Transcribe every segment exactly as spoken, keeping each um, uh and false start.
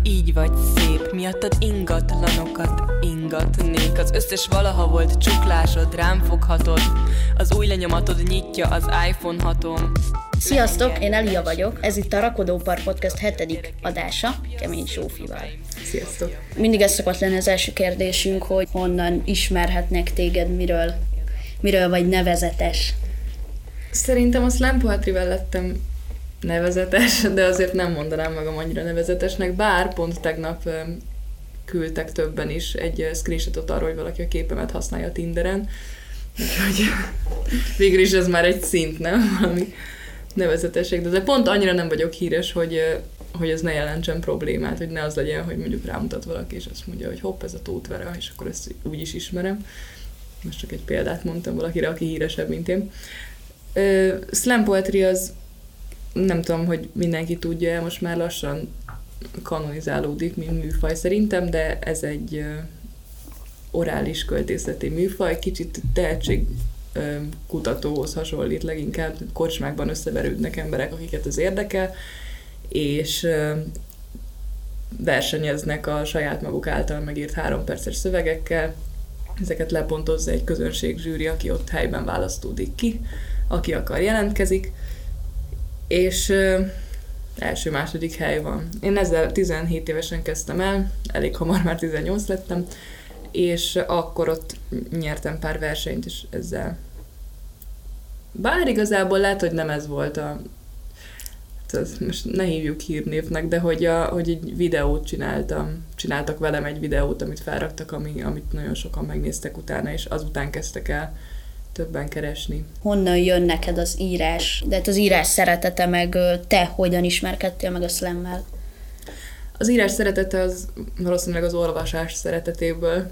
így vagy szép, miattad ingatlanokat ingatnék. Az összes valaha volt csuklásod, rám foghatod, az új lenyomatod nyitja az iPhone hatom. Sziasztok, én Elia vagyok, ez itt a Rakodópar Podcast hetedik adása, Kemény Zsófival. Sziasztok! Mindig ez szokott lenni az első kérdésünk, hogy honnan ismerhetnek téged, miről, miről vagy nevezetes. Szerintem a slam poetryvel lettem nevezetes, de azért nem mondanám magam annyira nevezetesnek, bár pont tegnap küldtek többen is egy screenshotot arról, hogy valaki a képemet használja a Tinderen, úgyhogy végül is ez már egy szint, nem? Valami nevezetesség, de, de pont annyira nem vagyok híres, hogy, hogy ez ne jelentsen problémát, hogy ne az legyen, hogy mondjuk rámutat valaki, és azt mondja, hogy hopp, ez a Tóth Vera, és akkor ezt úgy is ismerem. Most csak egy példát mondtam valakire, aki híresebb, mint én. Uh, slam poetry az, nem tudom, hogy mindenki tudja, most már lassan kanonizálódik, mint műfaj szerintem, de ez egy uh, orális költészeti műfaj, kicsit tehetségkutatóhoz hasonlít, leginkább kocsmákban összeverődnek emberek, akiket az érdekel, és uh, versenyeznek a saját maguk által megírt három perces szövegekkel. Ezeket lepontozza egy közönség zsűri, aki ott helyben választódik ki, aki akar, jelentkezik, és uh, első-második hely van. Én ezzel tizenhét évesen kezdtem el, elég hamar már tizennyolc lettem, és akkor ott nyertem pár versenyt is ezzel. Bár igazából lehet, hogy nem ez volt a... most ne hívjuk hírnévnek, de hogy, a, hogy egy videót csináltam. Csináltak velem egy videót, amit felraktak, ami, amit nagyon sokan megnéztek utána, és azután kezdtek el többen keresni. Honnan jön neked az írás? De hát az írás szeretete, meg te hogyan ismerkedtél meg a slammel? Az írás szeretete az valószínűleg az olvasás szeretetéből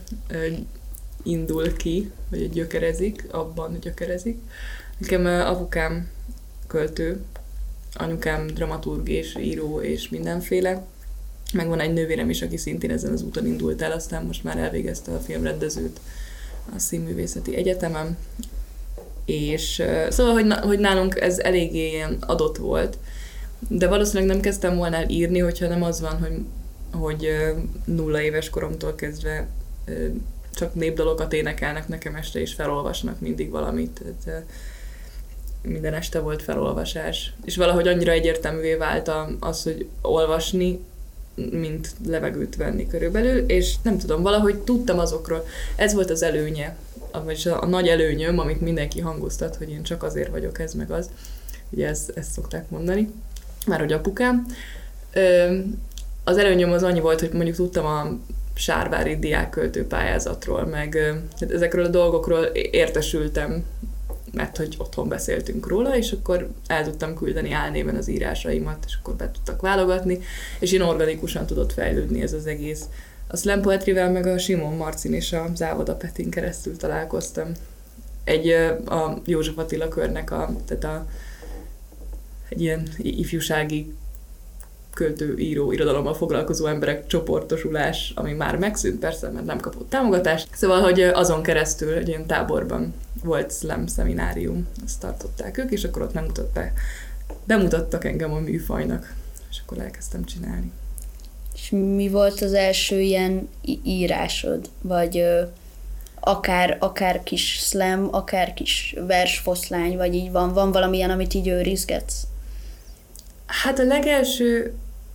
indul ki, vagy gyökerezik, abban gyökerezik. Nekem apukám költő, anyukám dramaturg és író és mindenféle. Meg van egy nővérem is, aki szintén ezen az úton indult el, aztán most már elvégezte a filmrendezőt a Színművészeti Egyetemen. És szóval, hogy, hogy nálunk ez eléggé ilyen adott volt, de valószínűleg nem kezdtem volna el írni, hogyha nem az van, hogy, hogy nulla éves koromtól kezdve csak népdalokat énekelnek nekem este, és felolvasnak mindig valamit. Minden este volt felolvasás. És valahogy annyira egyértelművé vált az, hogy olvasni, mint levegőt venni körülbelül, és nem tudom, valahogy tudtam azokról. Ez volt az előnye, vagyis a, a nagy előnyöm, amit mindenki hangoztat, hogy én csak azért vagyok ez meg az. Ugye ezt, ezt szokták mondani, már hogy apukám. Ö, az előnyöm az annyi volt, hogy mondjuk tudtam a sárvári diákköltő pályázatról, meg ö, ezekről a dolgokról értesültem, mert hogy otthon beszéltünk róla, és akkor el tudtam küldeni álnéven az írásaimat, és akkor be tudtak válogatni, és én organikusan tudott fejlődni ez az egész. A slam poetryvel meg a Simon Marcin és a Závoda Petin keresztül találkoztam. Egy a József Attila körnek a, tehát a, egy ilyen ifjúsági költő, író, irodalommal foglalkozó emberek csoportosulás, ami már megszűnt persze, mert nem kapott támogatást. Szóval, hogy azon keresztül egy ilyen táborban volt slam szeminárium, ezt tartották ők, és akkor ott bemutatták, bemutattak engem a műfajnak, és akkor elkezdtem csinálni. És mi volt az első ilyen írásod? Vagy ö, akár, akár kis slam, akár kis versfoszlány, vagy így van, van valamilyen, amit így őrizgetsz? Hát a legelső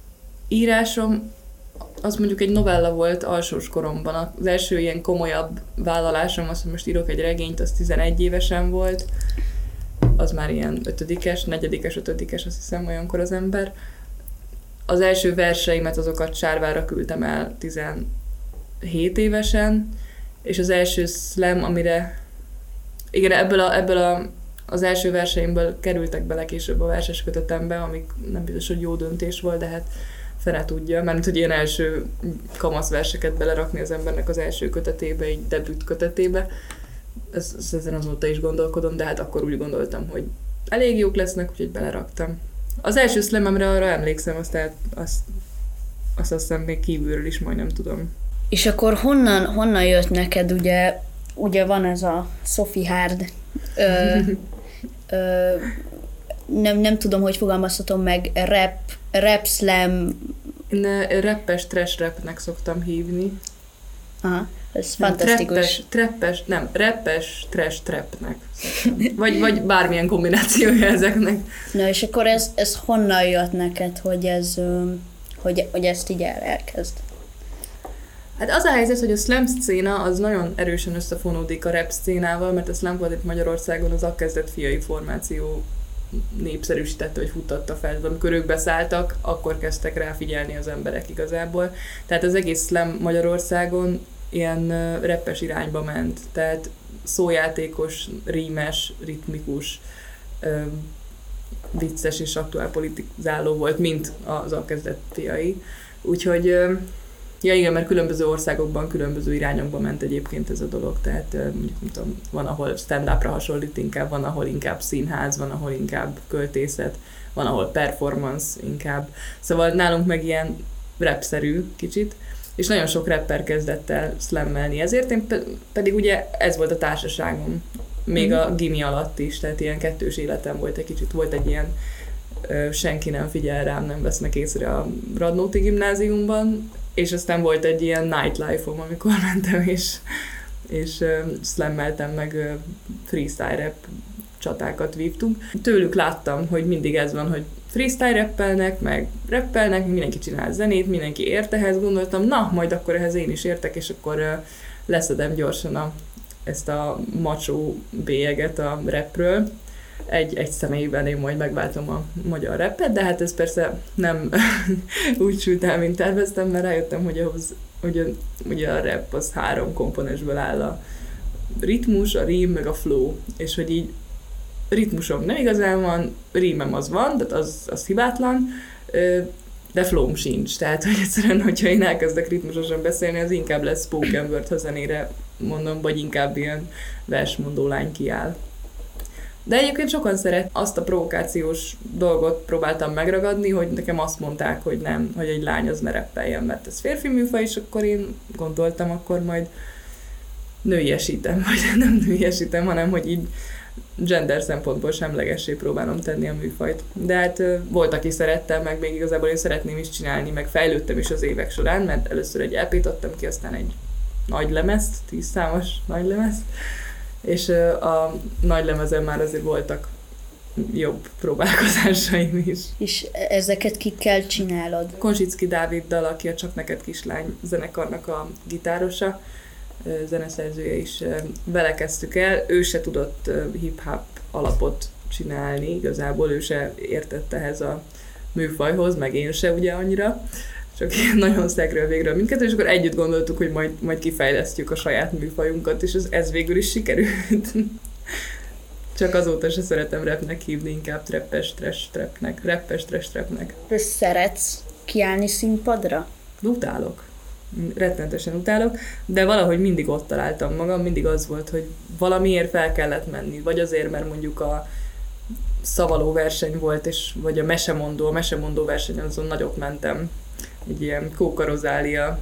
írásom az mondjuk egy novella volt alsós koromban. Az első ilyen komolyabb vállalásom az, hogy most írok egy regényt, az tizenegy évesen volt. Az már ilyen ötödikes, negyedikes, ötödikes, azt hiszem olyankor az ember. Az első verseimet, azokat Sárvára küldtem el tizenhét évesen, és az első slam, amire... Igen, ebből, a, ebből a, az első verseimből kerültek bele később a verses kötetembe, amik nem biztos, hogy jó döntés volt, de hát fene tudja, mert hogy ilyen első kamasz verseket belerakni az embernek az első kötetébe, egy debüt kötetébe. Ez, ez, ezen azóta is gondolkodom, de hát akkor úgy gondoltam, hogy elég jók lesznek, úgyhogy beleraktam. Az első slamemre arra emlékszem, azt, el, azt, azt azt hiszem még kívülről is majdnem tudom. És akkor honnan, honnan jött neked, ugye, ugye van ez a Sophie Hard, ö, ö, nem, nem tudom, hogy fogalmazhatom meg, rap, rap slam Én rappes, trash rapnek szoktam hívni. Aha, ez nem, fantasztikus. Trappes, trappes, nem, rappes, trash trapnek szoktam. Vagy, vagy bármilyen kombinációja ezeknek. Na és akkor ez, ez honnan jött neked, hogy, ez, hogy, hogy ezt így el, elkezd? Hát az a helyzet, hogy a slam szcéna az nagyon erősen összefonódik a rap szcénával, mert a slam volt itt Magyarországon az akkezdett fiai formáció népszerűsítette, vagy futtatta fel. Amikor ők beszálltak, akkor kezdtek rá figyelni az emberek igazából. Tehát az egész slam Magyarországon ilyen uh, rappes irányba ment. Tehát szójátékos, rímes, ritmikus, uh, vicces és aktuálpolitizáló volt, mint az akkezdett fiai. Úgyhogy uh, ja igen, mert különböző országokban, különböző irányokba ment egyébként ez a dolog, tehát mondjuk nem tudom, van, ahol stand-upra hasonlít inkább, van, ahol inkább színház, van, ahol inkább költészet, van, ahol performance inkább. Szóval nálunk meg ilyen rapszerű kicsit, és nagyon sok rapper kezdett el slammelni, ezért én pe- pedig ugye ez volt a társaságom, még a gimi alatt is, tehát ilyen kettős életem volt egy kicsit, volt egy ilyen ö, senki nem figyel rám, nem vesznek észre a Radnóti gimnáziumban, és aztán volt egy ilyen nightlife-om, amikor mentem, és, és uh, slammeltem, meg uh, freestyle rap csatákat vívtunk. Tőlük láttam, hogy mindig ez van, hogy freestyle rappelnek, meg rappelnek, mindenki csinál zenét, mindenki ért ehhez, gondoltam, na, majd akkor ehhez én is értek, és akkor uh, leszedem gyorsan a, ezt a macsó bélyeget a rapről. Egy, egy személyben én majd megváltom a magyar rappet, de hát ez persze nem úgy sült el, mint terveztem, mert rájöttem, hogy ahhoz, ugye, ugye a rap az három komponensből áll, a ritmus, a rím, meg a flow, és hogy így ritmusom nem igazán van, rímem az van, de az, az hibátlan, de flowm sincs, tehát hogy egyszerűen, hogyha én elkezdek ritmusosan beszélni, az inkább lesz spoken word, ha zenére mondom, vagy inkább ilyen versmondó lány kiáll. De egyébként sokan szeret, azt a provokációs dolgot próbáltam megragadni, hogy nekem azt mondták, hogy nem, hogy egy lány az ne rappeljen, mert ez férfi műfaj, és akkor én gondoltam, akkor majd nőiesítem, vagy nem nőiesítem, hanem hogy így gender szempontból semlegessé próbálom tenni a műfajt. De hát volt, aki szerette, meg még igazából én szeretném is csinálni, meg fejlődtem is az évek során, mert először egy é pét adtam ki, aztán egy nagy lemezt, tíz számos nagy lemezt, és a nagy lemezen már azért voltak jobb próbálkozásaim is. És ezeket kikkel csinálod? Konsicki Dáviddal, aki a Csak neked kislány zenekarnak a gitárosa, zeneszerzője is, vele kezdtük el. Ő se tudott hip-hop alapot csinálni, igazából ő se értett ehhez a műfajhoz, meg én se ugye annyira, csak nagyon szegről végről mindkettő, és akkor együtt gondoltuk, hogy majd, majd kifejlesztjük a saját műfajunkat, és ez, ez végül is sikerült. Csak azóta se szeretem rapnek hívni, inkább trappes, trash trapnek, rappes, trash trapnek. Te szeretsz kiállni színpadra? Utálok. Rettenetesen utálok, de valahogy mindig ott találtam magam, mindig az volt, hogy valamiért fel kellett menni, vagy azért, mert mondjuk a szavaló verseny volt, és, vagy a mesemondó, a mesemondó versenyen azon nagyot mentem. Egy ilyen Kóka Rozália,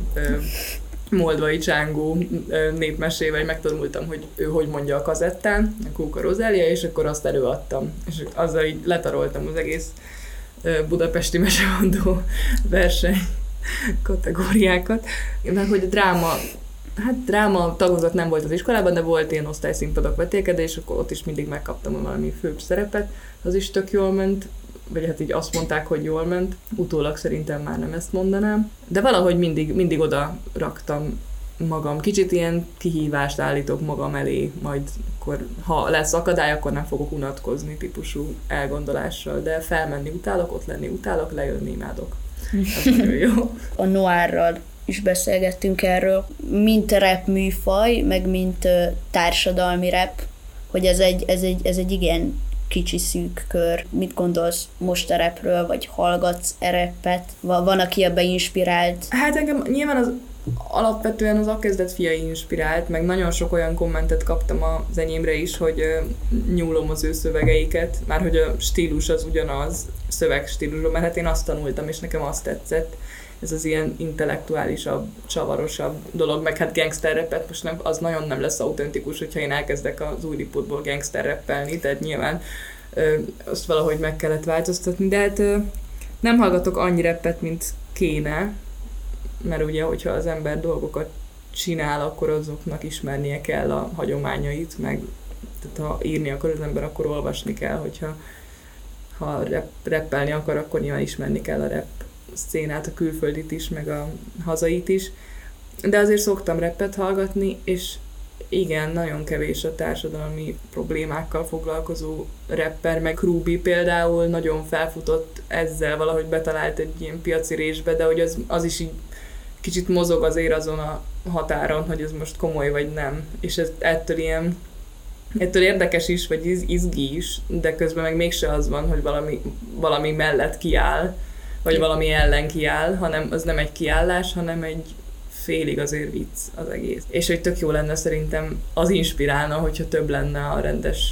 Moldvai Csángó népmesével megtanultam, hogy ő hogy mondja a kazettán, a Kóka Rozália, és akkor azt előadtam. És azzal így letaroltam az egész budapesti mesemondó verseny kategóriákat. Mert hogy a dráma, hát dráma tagozat nem volt az iskolában, de volt ilyen osztályszínpadok vetélkedés, akkor ott is mindig megkaptam valami főbb szerepet, az is tök jól ment, vagy hát így azt mondták, hogy jól ment, utólag szerintem már nem ezt mondanám, de valahogy mindig, mindig oda raktam magam. Kicsit ilyen kihívást állítok magam elé, majd akkor, ha lesz akadály, akkor nem fogok unatkozni típusú elgondolással, de felmenni utálok, ott lenni utálok, lejönni imádok. Ez nagyon jó. A Noárral is beszélgettünk erről, mint rap műfaj, meg mint uh, társadalmi rap, hogy ez egy, ez egy, ez egy igen kicsi szűk kör. Mit gondolsz most a rapről, vagy hallgatsz e rappet? Van, aki ebbe inspirált? Hát engem nyilván az alapvetően az Akkezdett fiai inspirált, meg nagyon sok olyan kommentet kaptam az enyémre is, hogy uh, nyúlom az ő szövegeiket, már hogy a stílus az ugyanaz, szövegstílusban, mert hát én azt tanultam, és nekem azt tetszett. Ez az ilyen intellektuálisabb, csavarosabb dolog, meg hát gangster rappet, most nem, az nagyon nem lesz autentikus, hogyha én elkezdek az új Lipótból gangster rappelni, tehát nyilván ö, azt valahogy meg kellett változtatni, de hát ö, nem hallgatok annyi rappet, mint kéne, mert ugye, hogyha az ember dolgokat csinál, akkor azoknak ismernie kell a hagyományait, meg tehát ha írni akar az ember, akkor olvasni kell, hogyha ha rep, rappelni akar, akkor nyilván ismerni kell a rap szcénát, a külföldit is, meg a hazait is. De azért szoktam rappet hallgatni, és igen, nagyon kevés a társadalmi problémákkal foglalkozó rapper, meg Krúbi például nagyon felfutott ezzel, valahogy betalált egy ilyen piaci résbe, de hogy az, az is így kicsit mozog azért azon a határon, hogy ez most komoly vagy nem. És ez ettől ilyen, ettől érdekes is, vagy iz, izgi is, de közben meg mégse az van, hogy valami, valami mellett kiáll, vagy valami ellen kiáll, hanem az nem egy kiállás, hanem egy félig azért vicc az egész. És hogy tök jó lenne szerintem, az inspirálna, hogyha több lenne a rendes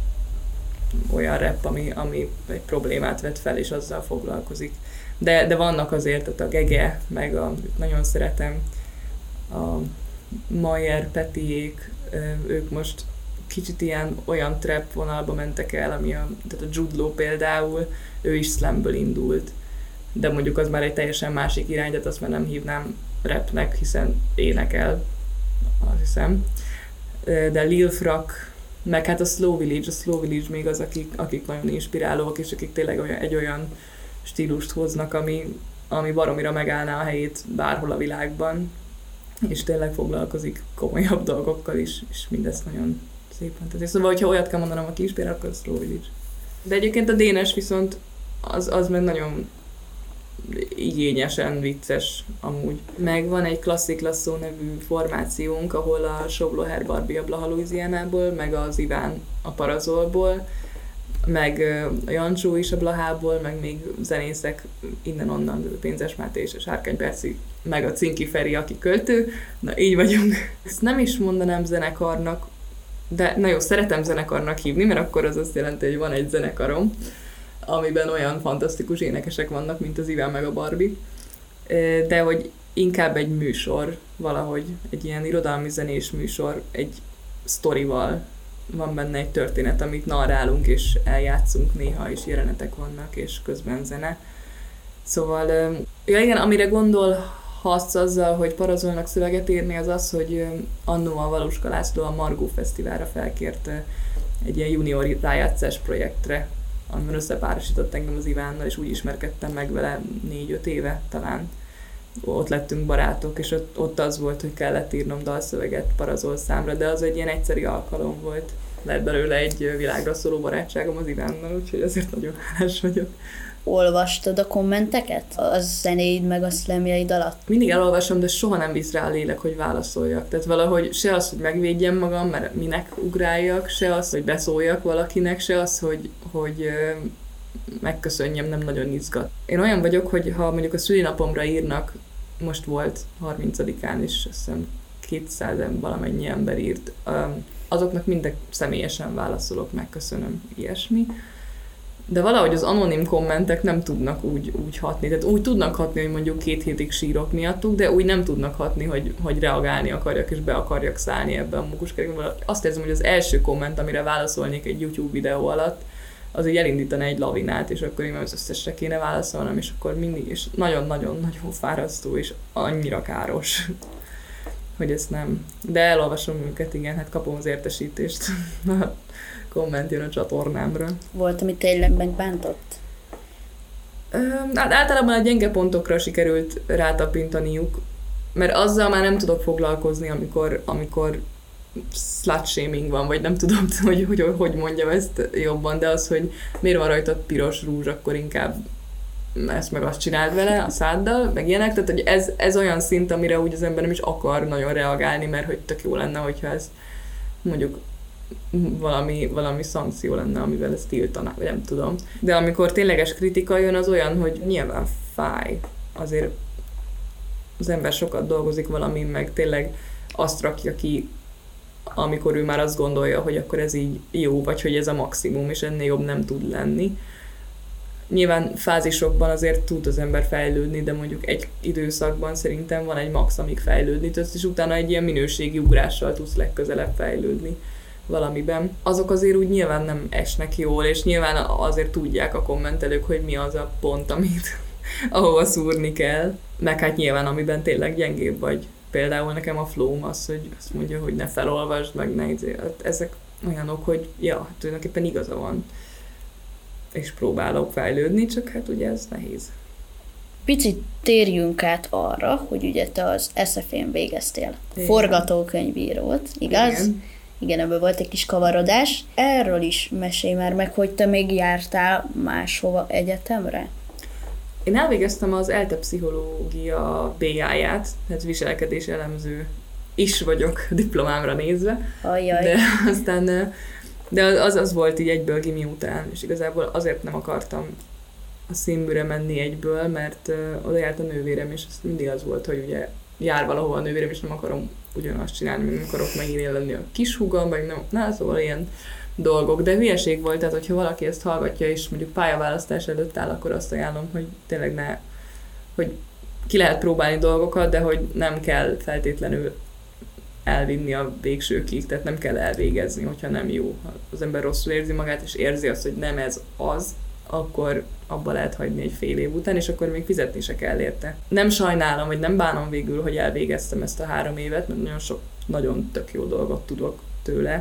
olyan rap, ami, ami egy problémát vet fel, és azzal foglalkozik. De, de vannak azért, tehát a Gege, meg a, nagyon szeretem, a Mayer, Petiék, ők most kicsit ilyen olyan trap vonalba mentek el, ami a, tehát a Jude Law például, ő is slamből indult. De mondjuk az már egy teljesen másik irány, tehát azt már nem hívnám rapnek, hiszen énekel, azt hiszem. De Lil Frak, meg hát a Slow Village, a Slow Village még az, akik, akik nagyon inspirálóak, és akik tényleg olyan, egy olyan stílust hoznak, ami, ami baromira megállná a helyét bárhol a világban, és tényleg foglalkozik komolyabb dolgokkal is, és mindezt nagyon szépen teszi. Szóval, hogyha olyat kell mondanom, aki inspirál, akkor a Slow Village. De egyébként a Dénes viszont az, az meg nagyon igényesen vicces amúgy. Meg van egy Klasszik Lasszó nevű formációnk, ahol a Sobloher Barbie a Blaha Louisianából, meg az Iván a Parazolból, meg a Jancsó is a Blahából, meg még zenészek innen-onnan, Pénzes Máté és a Sárkány Perci, meg a Cinki Feri, aki költő. Na, így vagyunk. Ezt nem is mondanám zenekarnak, de na jó, szeretem zenekarnak hívni, mert akkor az azt jelenti, hogy van egy zenekarom, amiben olyan fantasztikus énekesek vannak, mint az Iván meg a Barbie, de hogy inkább egy műsor, valahogy egy ilyen irodalmi zenés műsor, egy sztorival, van benne egy történet, amit narrálunk és eljátszunk néha, és jelenetek vannak, és közben zene. Szóval, ja igen, amire gondolhatsz azzal, hogy Parazolnak szöveget írni, az az, hogy annó a Valuska László a Margó Fesztiválra felkért egy ilyen junior rájátszás projektre, amiben összepárosított engem az Ivánnal, és úgy ismerkedtem meg vele négy-öt éve talán. Ott lettünk barátok, és ott, ott az volt, hogy kellett írnom dalszöveget Parazol számra, de az egy ilyen egyszeri alkalom volt. Lett belőle egy világra szóló barátságom az Ivánnal, úgyhogy azért nagyon hálás vagyok. Olvastad a kommenteket a zenéid meg a szlemjeid alatt? Mindig elolvasom, de soha nem visz rá a lélek, hogy válaszoljak. Tehát valahogy se az, hogy megvédjem magam, mert minek ugráljak, se az, hogy beszóljak valakinek, se az, hogy, hogy megköszönjem, nem nagyon izgat. Én olyan vagyok, hogy ha mondjuk a szülinapomra írnak, most volt harmincadikán is, azt hiszem kétszáz valamennyi ember írt, azoknak mindig személyesen válaszolok, megköszönöm, ilyesmi. De valahogy az anonim kommentek nem tudnak úgy, úgy hatni. Tehát úgy tudnak hatni, hogy mondjuk két hétig sírok miattuk, de úgy nem tudnak hatni, hogy, hogy reagálni akarjak, és be akarjak szállni ebbe a mukuskerékbe. Azt érzem, hogy az első komment, amire válaszolnék egy YouTube videó alatt, az így elindítana egy lavinát, és akkor én az összesre kéne válaszolnom, és akkor mindig, és nagyon-nagyon-nagyon fárasztó, és annyira káros, hogy ezt nem. De elolvasom őket, igen, hát kapom az értesítést. Komment jön a csatornámra. Volt, ami tényleg megbántott? Hát általában a gyenge pontokra sikerült rátapintaniuk, mert azzal már nem tudok foglalkozni, amikor, amikor slut-shaming van, vagy nem tudom, hogy, hogy hogy mondjam ezt jobban, de az, hogy miért van rajta piros rúzs, akkor inkább ezt meg azt csináld vele a száddal, meg ilyenek, tehát hogy ez, ez olyan szint, amire úgy az ember nem is akar nagyon reagálni, mert hogy tök jó lenne, hogyha ez mondjuk valami, valami szankció lenne, amivel ezt tiltaná, vagy nem tudom. De amikor tényleges kritika jön, az olyan, hogy nyilván fáj. Azért az ember sokat dolgozik valamin, meg tényleg azt rakja ki, amikor ő már azt gondolja, hogy akkor ez így jó, vagy hogy ez a maximum, és ennél jobb nem tud lenni. Nyilván fázisokban azért tud az ember fejlődni, de mondjuk egy időszakban szerintem van egy max, amíg fejlődni tudsz, és utána egy ilyen minőségi ugrással tudsz legközelebb fejlődni valamiben. Azok azért úgy nyilván nem esnek jól, és nyilván azért tudják a kommentelők, hogy mi az a pont, amit, ahova szúrni kell. Meg hát nyilván, amiben tényleg gyengébb vagy. Például nekem a flow az, hogy azt mondja, hogy ne felolvasd, meg ne izé. Ezek olyanok, hogy ja, tulajdonképpen igaza van. És próbálok fejlődni, csak hát ugye ez nehéz. Picit térjünk át arra, hogy ugye te az es ef én végeztél. Igen. Forgatókönyvírót, igaz? Igen. Igen, ebből volt egy kis kavarodás. Erről is mesélj már meg, hogy te még jártál máshova egyetemre? Én elvégeztem az ELTE pszichológia bé á-ját, tehát viselkedés elemző is vagyok diplomámra nézve. Ajaj. De aztán, de az, az volt így egyből gimi után, és igazából azért nem akartam a színműre menni egyből, mert oda járt a nővérem, és az mindig az volt, hogy ugye jár valahol a nővérem, és nem akarom ugyanazt csinálni, mert nem akarok megint lenni a kishúgam, meg nem, na, szóval ilyen dolgok, de hülyeség volt, tehát hogyha valaki ezt hallgatja, és mondjuk pályaválasztás előtt áll, akkor azt ajánlom, hogy tényleg ne, hogy ki lehet próbálni dolgokat, de hogy nem kell feltétlenül elvinni a végsőkig, tehát nem kell elvégezni, hogyha nem jó. Ha az ember rosszul érzi magát, és érzi azt, hogy nem ez az, akkor abba lehet hagyni egy fél év után, és akkor még fizetni se kell érte. Nem sajnálom, vagy nem bánom végül, hogy elvégeztem ezt a három évet, mert nagyon sok, nagyon tök jó dolgot tudok tőle,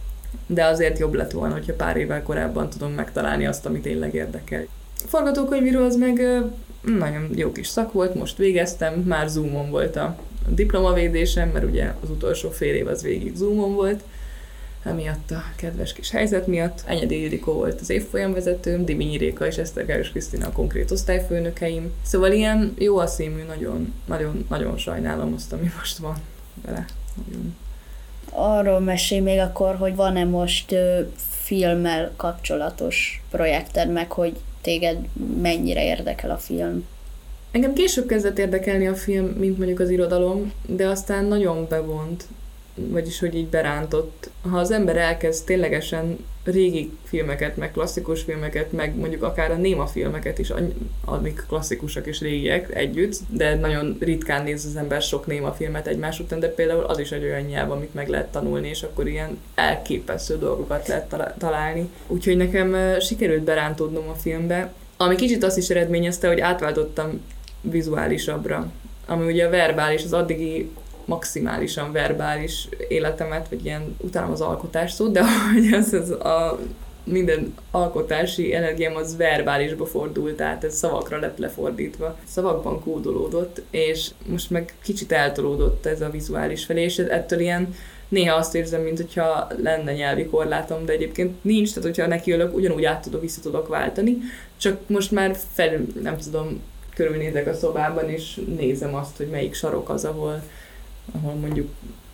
de azért jobb lett volna, hogyha pár évvel korábban tudom megtalálni azt, ami tényleg érdekel. A forgatókönyvíró az meg nagyon jó kis szak volt, most végeztem, már Zoomon volt a diplomavédésem, mert ugye az utolsó fél év az végig Zoomon volt, emiatt a kedves kis helyzet miatt. Enyedi Ildikó volt az évfolyamvezetőm, Diminyi Réka és Eszter Gályos Krisztina a konkrét osztályfőnökeim. Szóval ilyen jó a színmű, nagyon, nagyon, nagyon sajnálom azt, ami most van vele. Nagyon. Arról mesélj még akkor, hogy van-e most ö, filmmel kapcsolatos projekted, meg hogy téged mennyire érdekel a film? Engem később kezdett érdekelni a film, mint mondjuk az irodalom, de aztán nagyon bevont, vagyis hogy így berántott. Ha az ember elkezd ténylegesen régi filmeket, meg klasszikus filmeket, meg mondjuk akár a néma filmeket is, amik klasszikusak és régiek együtt, de nagyon ritkán néz az ember sok néma filmet egymás után, de például az is egy olyan nyelv, amit meg lehet tanulni, és akkor ilyen elképesztő dolgokat lehet találni. Úgyhogy nekem sikerült berántódnom a filmbe, ami kicsit azt is eredményezte, hogy átváltottam vizuálisabbra, ami ugye a verbális, az addigi maximálisan verbális életemet, vagy ilyen utálom az alkotás szót, de hogy az, az a minden alkotási energiám az verbálisba fordult, tehát ez szavakra lett lefordítva. Szavakban kódolódott, és most meg kicsit eltolódott ez a vizuális felé, és ettől ilyen néha azt érzem, mintha lenne nyelvi korlátom, de egyébként nincs, tehát hogyha nekiülök, ugyanúgy át tudok, vissza tudok váltani, csak most már fel, nem tudom, körülnézek a szobában, és nézem azt, hogy melyik sarok az, ahol ahol mondjuk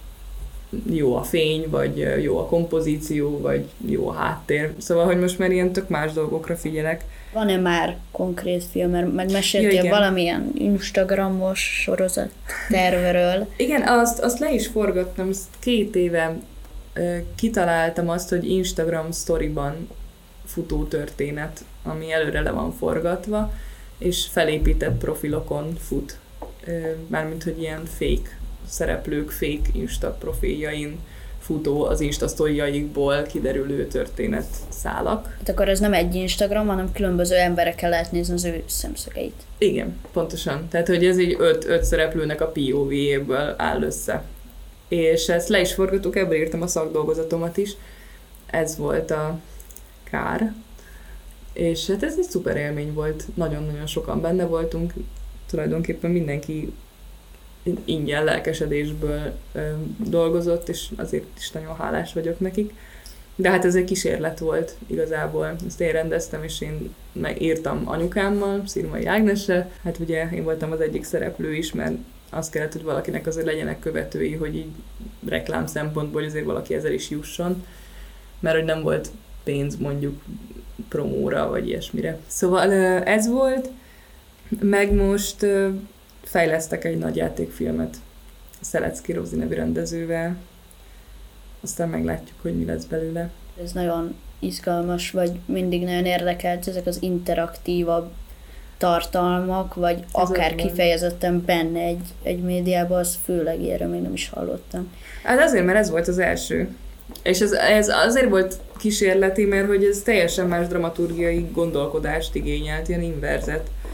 jó a fény, vagy jó a kompozíció, vagy jó a háttér. Szóval, hogy most már ilyen tök más dolgokra figyelek. Van-e már konkrét film, mert megmeséltél ja, valamilyen Instagramos sorozat tervről? Igen, azt, azt le is forgattam, két éve kitaláltam azt, hogy Instagram sztoriban futó történet, ami előre le van forgatva, és felépített profilokon fut. Mármint, hogy ilyen fake szereplők fake Insta profiljain futó, az Insta sztoriaikból kiderülő történet szálak. Hát akkor ez nem egy Instagram, hanem különböző emberekkel lehet nézni az ő szemszögeit. Igen, pontosan. Tehát, hogy ez így öt, öt szereplőnek a pé o vé-ből áll össze. És ezt le is forgattuk, ebből írtam a szakdolgozatomat is. Ez volt a kár. És hát ez egy szuper élmény volt. Nagyon-nagyon sokan benne voltunk. Tulajdonképpen mindenki ingyen lelkesedésből ö, dolgozott, és azért is nagyon hálás vagyok nekik. De hát ez egy kísérlet volt igazából. Ezt én rendeztem, és én megírtam anyukámmal, Szirmai Ágnessel. Hát ugye én voltam az egyik szereplő is, mert azt kellett, hogy valakinek azért legyenek követői, hogy így reklám szempontból azért valaki ezzel is jusson. Mert hogy nem volt pénz mondjuk promóra, vagy ilyesmire. Szóval ez volt, meg most fejlesztek egy nagy játékfilmet Szelecki Rozi nevű rendezővel. Aztán meglátjuk, hogy mi lesz belőle. Ez nagyon izgalmas, vagy mindig nagyon érdekelt ezek az interaktívabb tartalmak, vagy ez akár kifejezetten benne egy, egy médiában, az főleg erről még nem is hallottam. Hát azért, mert ez volt az első. És ez, ez azért volt kísérleti, mert hogy ez teljesen más dramaturgiai gondolkodást igényelt, ilyen inverzet.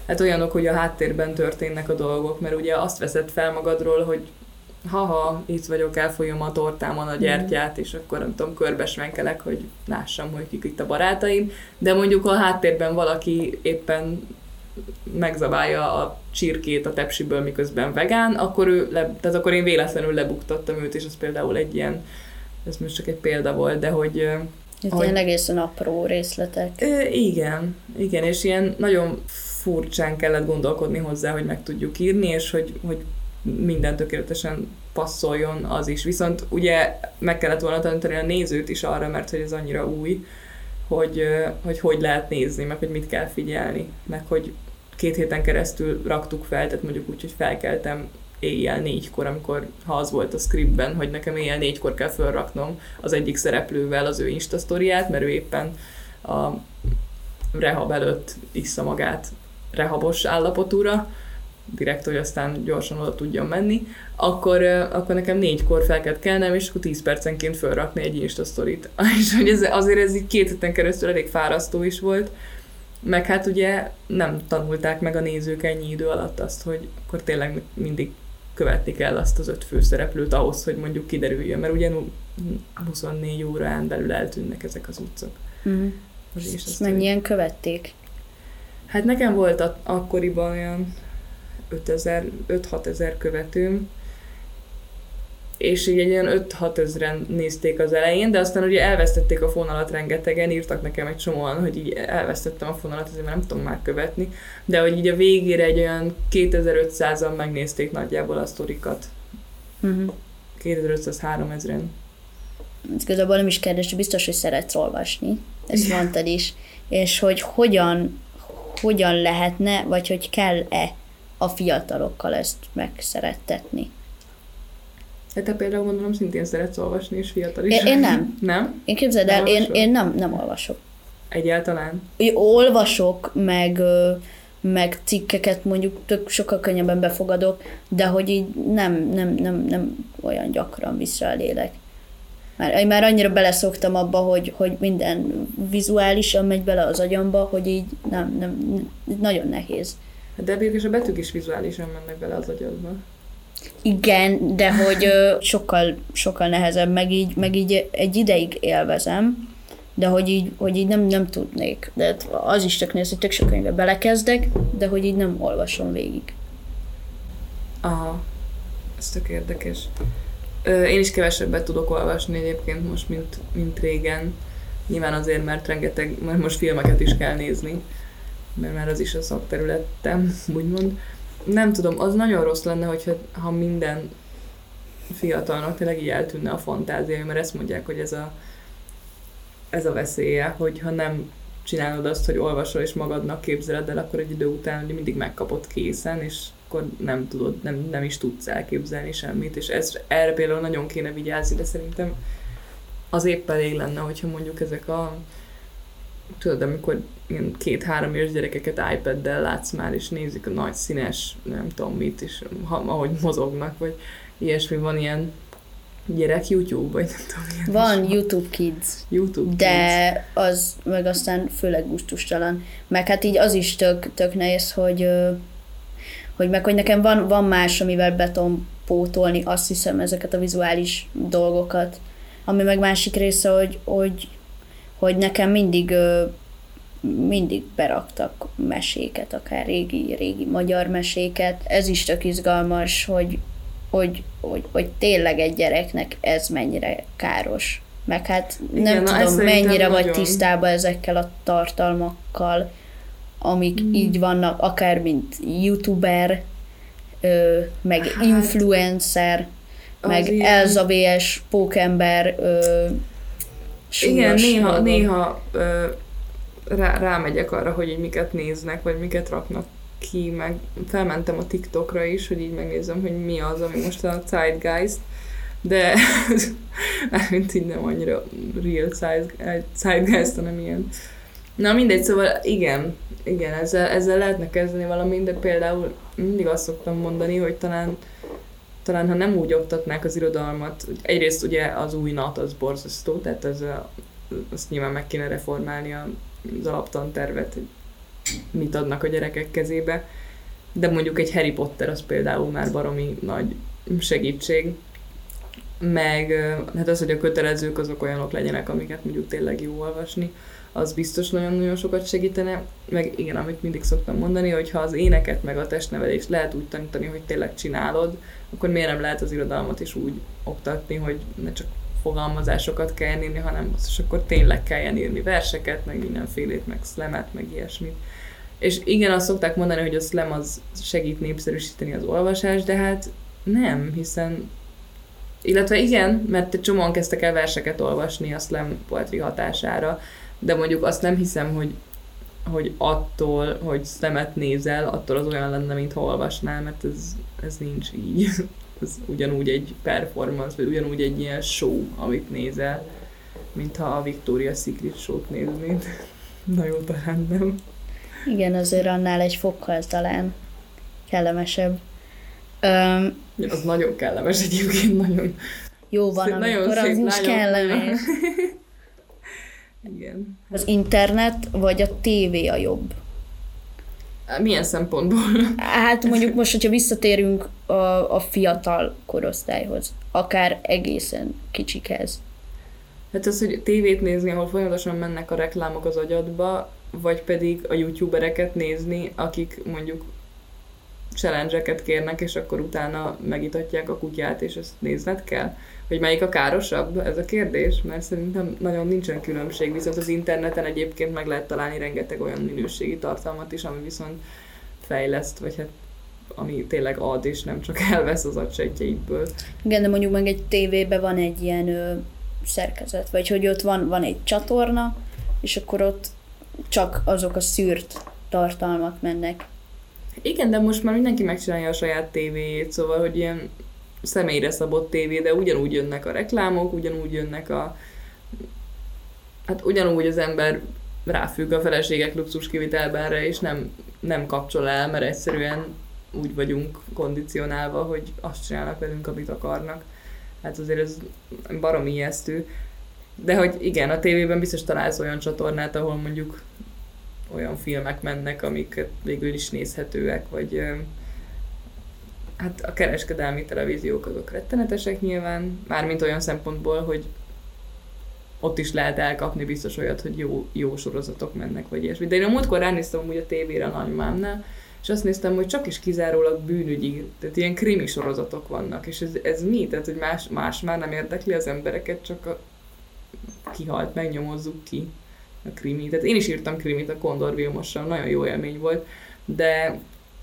hát olyanok, hogy a háttérben történnek a dolgok, mert ugye azt veszed fel magadról, hogy haha, itt vagyok, elfolyom a tortámon a gyertyát, és akkor nem tudom, körbesmenkelek, hogy lássam, hogy kik itt a barátaim, de mondjuk a háttérben valaki éppen megzabálja a csirkét a tepsiből, miközben vegán, akkor ő, le, tehát akkor én véletlenül lebuktattam őt, és az például egy ilyen, ez most csak egy példa volt, de hogy... Itt ilyen egészen apró részletek. Igen, igen, és ilyen nagyon furcsán kellett gondolkodni hozzá, hogy meg tudjuk írni, és hogy, hogy minden tökéletesen passzoljon az is. Viszont ugye meg kellett volna tanítani a nézőt is arra, mert hogy ez annyira új, hogy, hogy hogy lehet nézni, meg hogy mit kell figyelni, meg hogy két héten keresztül raktuk fel, tehát mondjuk úgy, hogy felkeltem éjjel négykor, amikor ha az volt a scriptben, hogy nekem éjjel négykor kell felraknom az egyik szereplővel az ő Insta sztoriát, mert ő éppen a rehab előtt issza magát rehabos állapotúra, direkt, hogy aztán gyorsan oda tudjon menni, akkor, akkor nekem négykor fel kellett kelnem, és akkor tíz percenként felrakni egy Insta sztorit. És hogy ez, azért ez így két héten keresztül elég fárasztó is volt, meg hát ugye nem tanulták meg a nézők ennyi idő alatt azt, hogy akkor tényleg mindig követni kell azt az öt főszereplőt ahhoz, hogy mondjuk kiderüljön, mert ugye huszonnégy órán belül eltűnnek ezek az utcok. Mm. Ezt mennyien követték? Hát nekem volt a, akkoriban olyan öt-hat ezer követőm, és így egy olyan öt-hat ezeren nézték az elején, de aztán ugye elvesztették a fonalat rengetegen, írtak nekem egy csomóan, hogy így elvesztettem a fonalat, ezért már nem tudom már követni, de hogy így a végére egy olyan kétezer-ötszázan megnézték nagyjából a sztorikat. Uh-huh. kétezer-ötszáz-háromezren. Ez igazából nem is kérdés, biztos, hogy szeretsz olvasni, ezt mondtad is, és hogy hogyan, hogyan lehetne, vagy hogy kell-e a fiatalokkal ezt megszerettetni. Hát te például gondolom szintén szeretsz olvasni, és fiatal is. Én, én nem. Nem? Én képzeld el, én, én nem, nem olvasok. Egyáltalán? Én olvasok, meg, meg cikkeket mondjuk tök sokkal könnyebben befogadok, de hogy így nem, nem, nem, nem olyan gyakran visszalélek. Már, én már annyira beleszoktam abba, hogy, hogy minden vizuálisan megy bele az agyamba, hogy így nem, nem, nagyon nehéz. De és a betűk is vizuálisan mennek bele az agyadba. Igen, de hogy ö, sokkal, sokkal nehezebb, meg így, meg így egy ideig élvezem, de hogy így, hogy így nem, nem tudnék. De az is tök néz, hogy tök sok könyvbe belekezdek, de hogy így nem olvasom végig. Aha, ez tök érdekes. Ö, én is kevesebbet tudok olvasni egyébként most, mint, mint régen. Nyilván azért, mert rengeteg, mert most filmeket is kell nézni, mert már az is a szakterületem, úgymond. Nem tudom, az nagyon rossz lenne, hogyha ha minden fiatalnak tényleg így eltűnne a fantáziája, mert ezt mondják, hogy ez a, ez a veszélye, hogy ha nem csinálod azt, hogy olvasol és magadnak képzeled el, akkor egy idő után mindig megkapod készen, és akkor nem tudod, nem, nem is tudsz elképzelni semmit, és ez, erre például nagyon kéne vigyázni, de szerintem az épp elég lenne, hogyha mondjuk ezek a tudod, amikor ilyen két-három éves gyerekeket iPaddel látsz már, és nézik a nagy színes, nem tudom mit, és ha, ahogy mozognak, vagy ilyesmi, van ilyen gyerek YouTube, vagy nem tudom. Ilyen van YouTube Kids, YouTube de Kids. Az meg aztán főleg gusztustalan. Meg hát így az is tök, tök nehéz, hogy, hogy meg hogy nekem van, van más, amivel be tudom pótolni, azt hiszem, ezeket a vizuális dolgokat. Ami meg másik része, hogy, hogy hogy nekem mindig, mindig beraktak meséket, akár régi, régi magyar meséket. Ez is tök izgalmas, hogy, hogy, hogy, hogy tényleg egy gyereknek ez mennyire káros. Meg hát nem Igen, tudom, mennyire vagy nagyon tisztában ezekkel a tartalmakkal, amik mm. így vannak, akár mint youtuber, meg hát, influencer, meg Elza vé es pókember, igen, néha, néha ö, rá, rámegyek arra, hogy így miket néznek, vagy miket raknak ki, meg felmentem a TikTokra is, hogy így megnézem, hogy mi az, ami most a Zeitgeist, de mármint így nem annyira real Zeitgeist, hanem ilyen. Na mindegy, szóval igen, igen, ezzel, ezzel lehetne kezdeni valamint, de például mindig azt szoktam mondani, hogy talán talán ha nem úgy oktatnák az irodalmat, egyrészt ugye az új nat az borzasztó, tehát az, azt nyilván meg kéne reformálni az alaptantervet, hogy mit adnak a gyerekek kezébe. De mondjuk egy Harry Potter az például már baromi nagy segítség. Meg hát az, hogy a kötelezők azok olyanok legyenek, amiket mondjuk tényleg jó olvasni, az biztos nagyon-nagyon sokat segítene. Meg igen, amit mindig szoktam mondani, hogy ha az éneket meg a testnevelést lehet úgy tanítani, hogy tényleg csinálod, akkor miért nem lehet az irodalmat is úgy oktatni, hogy ne csak fogalmazásokat kelljen írni, hanem azt is akkor tényleg kelljen írni verseket, meg mindenfélét, meg szlemet, meg ilyesmit. És igen, azt szokták mondani, hogy a szlem az segít népszerűsíteni az olvasást, de hát nem, hiszen illetve igen, mert egy csomóan kezdtek el verseket olvasni a slam poetry hatására, de mondjuk azt nem hiszem, hogy, hogy attól, hogy slamet nézel, attól az olyan lenne, mintha olvasnál, mert ez, ez nincs így. Ez ugyanúgy egy performance, vagy ugyanúgy egy ilyen show, amit nézel, mintha a Victoria's Secret show-t néznéd. Na jó, talán nem. Igen, azért annál egy fokkal talán kellemesebb. Um, az nagyon kellemes egyébként, nagyon jó van, szép, amikor az is kellemes. Igen. Az internet vagy a tévé a jobb? Milyen szempontból? Hát mondjuk most, hogyha visszatérünk a, a fiatal korosztályhoz, akár egészen kicsikhez. Hát az, hogy tévét nézni, ahol folyamatosan mennek a reklámok az agyadba, vagy pedig a youtubereket nézni, akik mondjuk challenge-eket kérnek, és akkor utána megitatják a kutyát, és ezt nézned kell? Hogy melyik a károsabb? Ez a kérdés, mert szerintem nagyon nincsen különbség, viszont az interneten egyébként meg lehet találni rengeteg olyan minőségi tartalmat is, ami viszont fejleszt, vagy hát ami tényleg ad, és nem csak elvesz az agysejtjeidből. Igen, de mondjuk meg egy tévében van egy ilyen ö, szerkezet, vagy hogy ott van, van egy csatorna, és akkor ott csak azok a szűrt tartalmak mennek. Igen, de most már mindenki megcsinálja a saját tévéjét, szóval, hogy ilyen személyre szabott tévé, de ugyanúgy jönnek a reklámok, ugyanúgy jönnek a... Hát ugyanúgy az ember ráfügg a feleségek luxus kivitelbenre, és nem, nem kapcsol el, mert egyszerűen úgy vagyunk kondicionálva, hogy azt csinálnak velünk, amit akarnak. Hát azért ez baromi ijesztő. De hogy igen, a tévében biztos találsz olyan csatornát, ahol mondjuk olyan filmek mennek, amik végül is nézhetőek, vagy hát a kereskedelmi televíziók azok rettenetesek nyilván, mármint olyan szempontból, hogy ott is lehet elkapni biztos olyat, hogy jó, jó sorozatok mennek, vagy ilyesmi. De én a múltkor ránéztem amúgy a tévére a nagymámnál, és azt néztem, hogy csak is kizárólag bűnügyi, tehát ilyen krimi sorozatok vannak, és ez, ez mi? Tehát, hogy más, más már nem érdekli az embereket, csak a kihalt, megnyomozzuk ki a krimi. Tehát én is írtam krimit a Kondor Vilmossal, nagyon jó élmény volt, de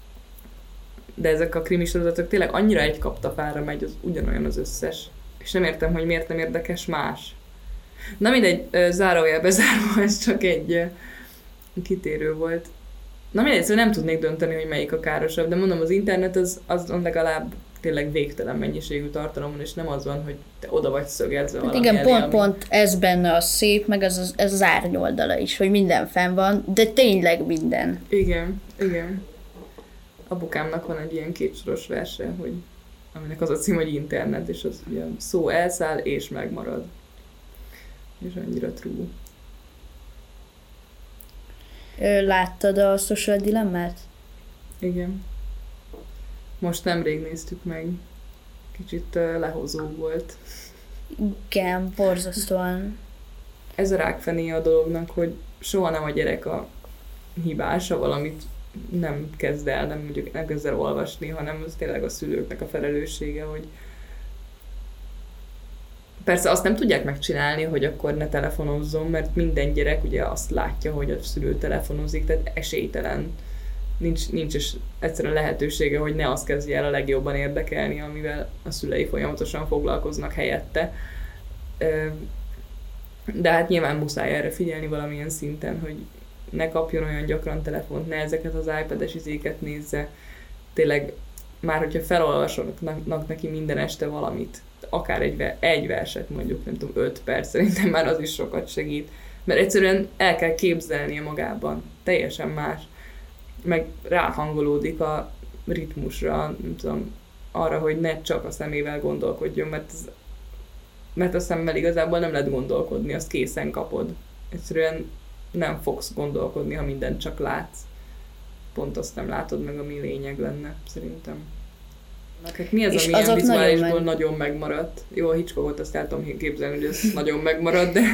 de ezek a krimi sorozatok tényleg annyira egy kaptafára megy, az ugyanolyan az összes. És nem értem, hogy miért nem érdekes más. Na mindegy, zárójelbe zárva, ez csak egy kitérő volt. Na mindegy, szóval nem tudnék dönteni, hogy melyik a károsabb, de mondom, az internet az, az legalább tényleg végtelen mennyiségű tartalom van, és nem az van, hogy te oda vagy szögezve hát valami igen, elé, pont, ami... pont ez benne a szép, meg ez az, ez az árnyoldala is, hogy minden fenn van, de tényleg minden. Igen, igen. Apukámnak van egy ilyen kétsoros verse, hogy, aminek az a cím, hogy internet, és az ilyen szó elszáll és megmarad. És annyira true. Láttad a Social Dilemmát? Igen. Most nemrég néztük meg. Kicsit uh, lehozó volt. Igen, borzasztóan. Ez a rákfené a dolognak, hogy soha nem a gyerek a hibása, valamit nem kezd el, nem, mondjuk, nem kezd el olvasni, hanem az tényleg a szülőknek a felelőssége, hogy persze azt nem tudják megcsinálni, hogy akkor ne telefonozzon, mert minden gyerek ugye azt látja, hogy a szülő telefonozik, tehát esélytelen. Nincs, nincs is egyszerűen lehetősége, hogy ne azt kezdje el a legjobban érdekelni, amivel a szülei folyamatosan foglalkoznak helyette. De hát nyilván muszáj erre figyelni valamilyen szinten, hogy ne kapjon olyan gyakran telefont, ne ezeket az iPad-es izéket nézze. Tényleg már, hogyha felolvasnak neki minden este valamit, akár egy, egy verset mondjuk, nem tudom, öt perc, szerintem már az is sokat segít. Mert egyszerűen el kell képzelnie magában. Teljesen más. Meg ráhangolódik a ritmusra, nem tudom, arra, hogy ne csak a szemével gondolkodjon, mert, ez, mert a szemmel igazából nem lehet gondolkodni, azt készen kapod. Egyszerűen nem fogsz gondolkodni, ha mindent csak látsz. pont azt nem látod meg, ami lényeg lenne, szerintem. Hát mi az, és ami ilyen vizuálisból nagyon, meg... nagyon megmaradt? Jó, a Hitchcockot azt el tudom képzelni, hogy ez nagyon megmaradt, de,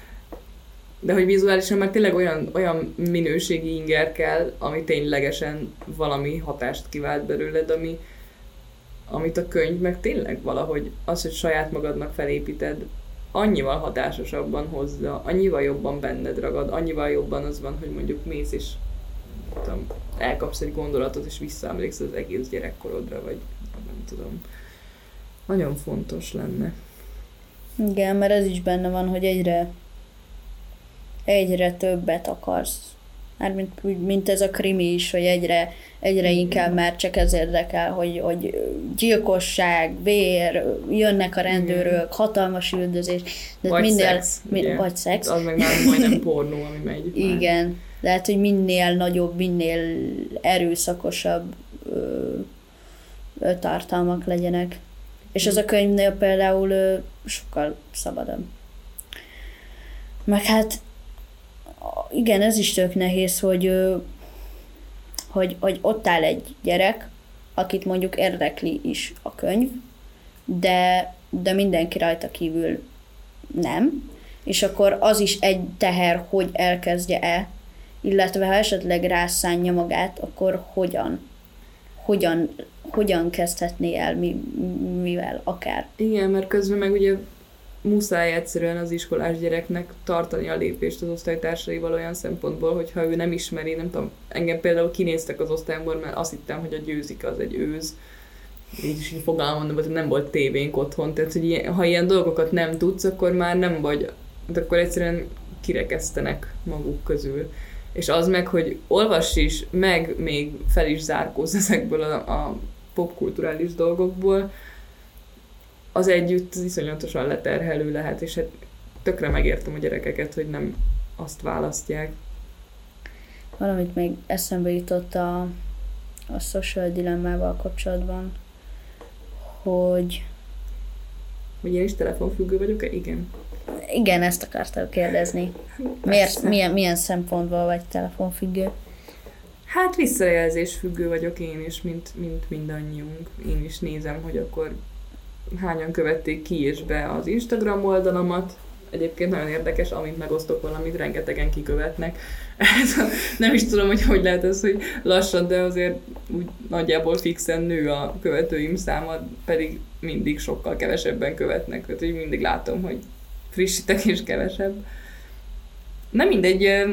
de hogy vizuálisan már tényleg olyan, olyan minőségi inger kell, ami ténylegesen valami hatást kivált belőled, ami, amit a könyv meg tényleg valahogy az, hogy saját magadnak felépíted, annyival hatásosabban hozza, annyival jobban benned ragad, annyival jobban az van, hogy mondjuk mész és tudom, elkapsz egy gondolatot, és visszaemlékszel az egész gyerekkorodra, vagy nem tudom. Nagyon fontos lenne. Igen, mert ez is benne van, hogy egyre egyre többet akarsz. Mármint mint ez a krimi is, hogy egyre, egyre inkább már csak ez érdekel, hogy, hogy gyilkosság, vér, jönnek a rendőrök, hatalmas üldözés. De vagy minél, szex. Min, vagy szex. Az meg már majdnem pornó, ami megy. Igen. Lehet, hogy minél nagyobb, minél erőszakosabb ö, ö, tartalmak legyenek. És ez a könyvnél például ö, sokkal szabadabb. Meg hát igen, ez is tök nehéz, hogy, ö, hogy, hogy ott áll egy gyerek, akit mondjuk érdekli is a könyv, de, de mindenki rajta kívül nem. És akkor az is egy teher, hogy elkezdje-e, illetve ha esetleg rászánja magát, akkor hogyan, hogyan, hogyan kezdhetné el, mi, mivel akár. Igen, mert közben meg ugye muszáj egyszerűen az iskolás gyereknek tartani a lépést az osztálytársaival olyan szempontból, hogyha ő nem ismeri, nem tudom, engem például kinéztek az osztályomból, mert azt hittem, hogy a Győzik az egy őz. Így is így fogalmam, hogy nem volt tévénk otthon, tehát hogy ilyen, ha ilyen dolgokat nem tudsz, akkor már nem vagy, de akkor egyszerűen kirekesztenek maguk közül. És az meg, hogy olvass is, meg még fel is zárkózz ezekből a, a popkulturális dolgokból, az együtt iszonyatosan leterhelő lehet, és hát tökre megértem a gyerekeket, hogy nem azt választják. Valamit még eszembe jutott a, a social dilemmával kapcsolatban, hogy... Hogy én is telefonfüggő vagyok-e? Igen. Igen, ezt akartam kérdezni. Miért, milyen, milyen szempontból vagy telefonfüggő? Hát visszajelzésfüggő vagyok én is, mint, mint mindannyiunk. Én is nézem, hogy akkor hányan követték ki és be az Instagram oldalamat. Egyébként nagyon érdekes, amint megosztok valamit, rengetegen kikövetnek. Nem is tudom, hogy hogy lehet ez, hogy lassan, de azért úgy nagyjából fixen nő a követőim száma, pedig mindig sokkal kevesebben követnek. Tehát úgy mindig látom, hogy frissítek és kevesebb. Nem mindegy.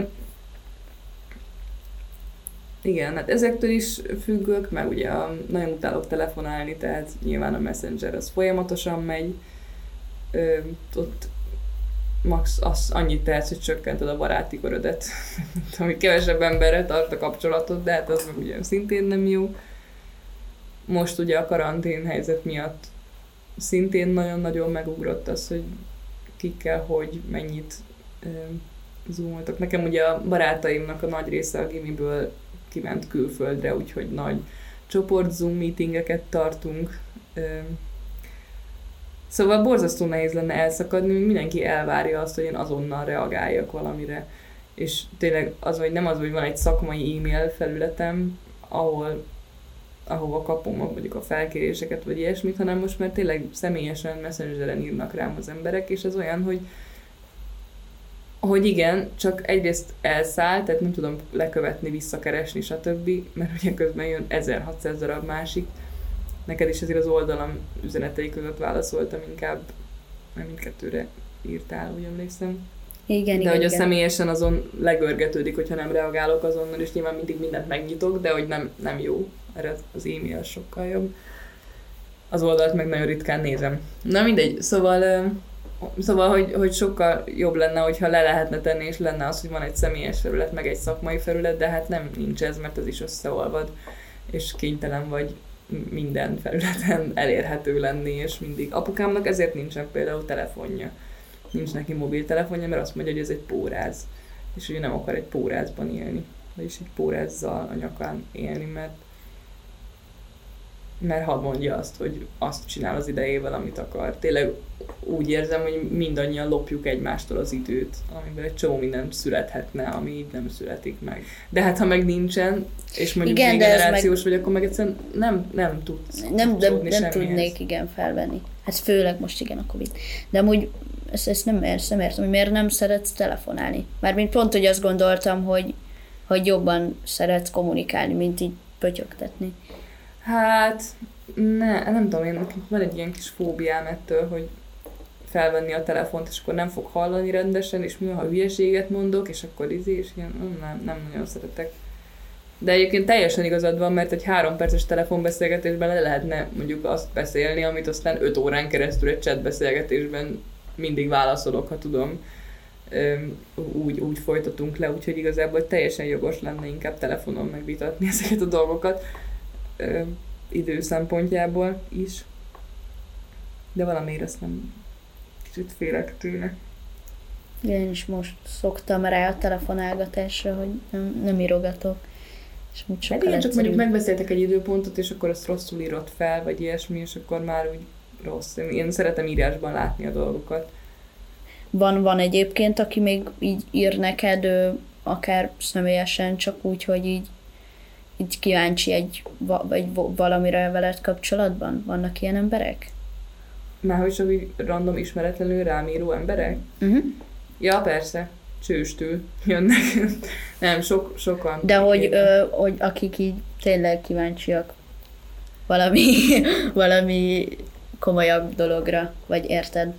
Igen, hát ezektől is függök, meg ugye a, nagyon utálok telefonálni, tehát nyilván a Messenger az folyamatosan megy. Ö, ott max az annyit tehetsz, hogy csökkented a baráti körödet, ami kevesebb emberrel tart a kapcsolatot, de hát az meg ugye szintén nem jó. Most ugye a karantén helyzet miatt szintén nagyon-nagyon megugrott az, hogy kikkel, hogy mennyit ö, zoomoltak. Nekem ugye a barátaimnak a nagy része a gimiből kiment külföldre, úgyhogy nagy csoport Zoom meetingeket tartunk. Szóval borzasztó nehéz lenne elszakadni, mindenki elvárja azt, hogy én azonnal reagáljak valamire. És tényleg az, hogy nem az, hogy van egy szakmai e-mail felületem, ahol, ahova kapom mondjuk a felkéréseket, vagy ilyesmit, hanem most már tényleg személyesen Messengeren írnak rám az emberek, és ez olyan, hogy hogy igen, csak egyrészt elszáll, tehát nem tudom lekövetni, visszakeresni, stb., mert ugye közben jön ezerhatszáz darab másik. Neked is azért az oldalam üzenetei között válaszoltam, inkább nem mindkettőre írtál, úgy emlékszem. Igen, de igen, hogy a igen. személyesen azon legörgetődik, hogyha nem reagálok azonnal, és nyilván mindig mindent megnyitok, de hogy nem, nem jó, erre az e-mail sokkal jobb. Az oldalt meg nagyon ritkán nézem. Na mindegy, szóval... Szóval, hogy, hogy sokkal jobb lenne, hogyha le lehetne tenni, és lenne az, hogy van egy személyes felület, meg egy szakmai felület, de hát nem nincs ez, mert ez is összeolvad, és kénytelen vagy minden felületen elérhető lenni, és mindig. Apukámnak ezért nincsen például telefonja. Nincs neki mobiltelefonja, mert azt mondja, hogy ez egy póráz, és ő nem akar egy pórázban élni, vagyis egy pórázzal a nyakán élni, mert mert hadd mondja azt, hogy azt csinál az idejével, amit akar. Tényleg úgy érzem, hogy mindannyian lopjuk egymástól az időt, amiben egy csomó minden születhetne, ami így nem születik meg. De hát ha meg nincsen, és mondjuk igen, generációs meg... vagy, akkor meg egyszerűen nem, nem tudsz Nem, nem, nem tudnék igen felvenni. Hát főleg most igen a Covid. De amúgy ezt, ezt nem, ezt nem értem, hogy miért nem szeretsz telefonálni. Mármint pont, hogy azt gondoltam, hogy, hogy jobban szeretsz kommunikálni, mint így pötyögtetni. Hát, ne, nem tudom, én van egy ilyen kis fóbiám ettől, hogy felvenni a telefont, és akkor nem fog hallani rendesen, és mi, ha hülyeséget mondok, és akkor izé, és ilyen, nem, nem nagyon szeretek. De egyébként teljesen igazad van, mert egy három perces telefonbeszélgetésben le lehetne mondjuk azt beszélni, amit aztán öt órán keresztül egy chatbeszélgetésben mindig válaszolok, ha tudom. Úgy, úgy folytatunk le, úgyhogy igazából teljesen jogos lenne inkább telefonon megvitatni ezeket a dolgokat. Ö, idő szempontjából is. De valamiért azt nem kicsit félek tőle. Én is most szoktam rá a telefonálgatásra, hogy nem, nem írogatok. És úgy hát igen, csak mondjuk megbeszéltek egy időpontot, és akkor azt rosszul írott fel, vagy ilyesmi, és akkor már úgy rossz. Én szeretem írásban látni a dolgokat. Van, van egyébként, aki még így ír neked, akár személyesen, csak úgy, hogy így így kíváncsi egy, vagy valamire veled kapcsolatban? Vannak ilyen emberek? Márhogy csak így random ismeretlenül rám író emberek? Uh-huh. Ja, persze. Csőstől jönnek. Nem, sok, sokan. De hogy, ö, hogy akik így tényleg kíváncsiak valami, valami komolyabb dologra, vagy érted?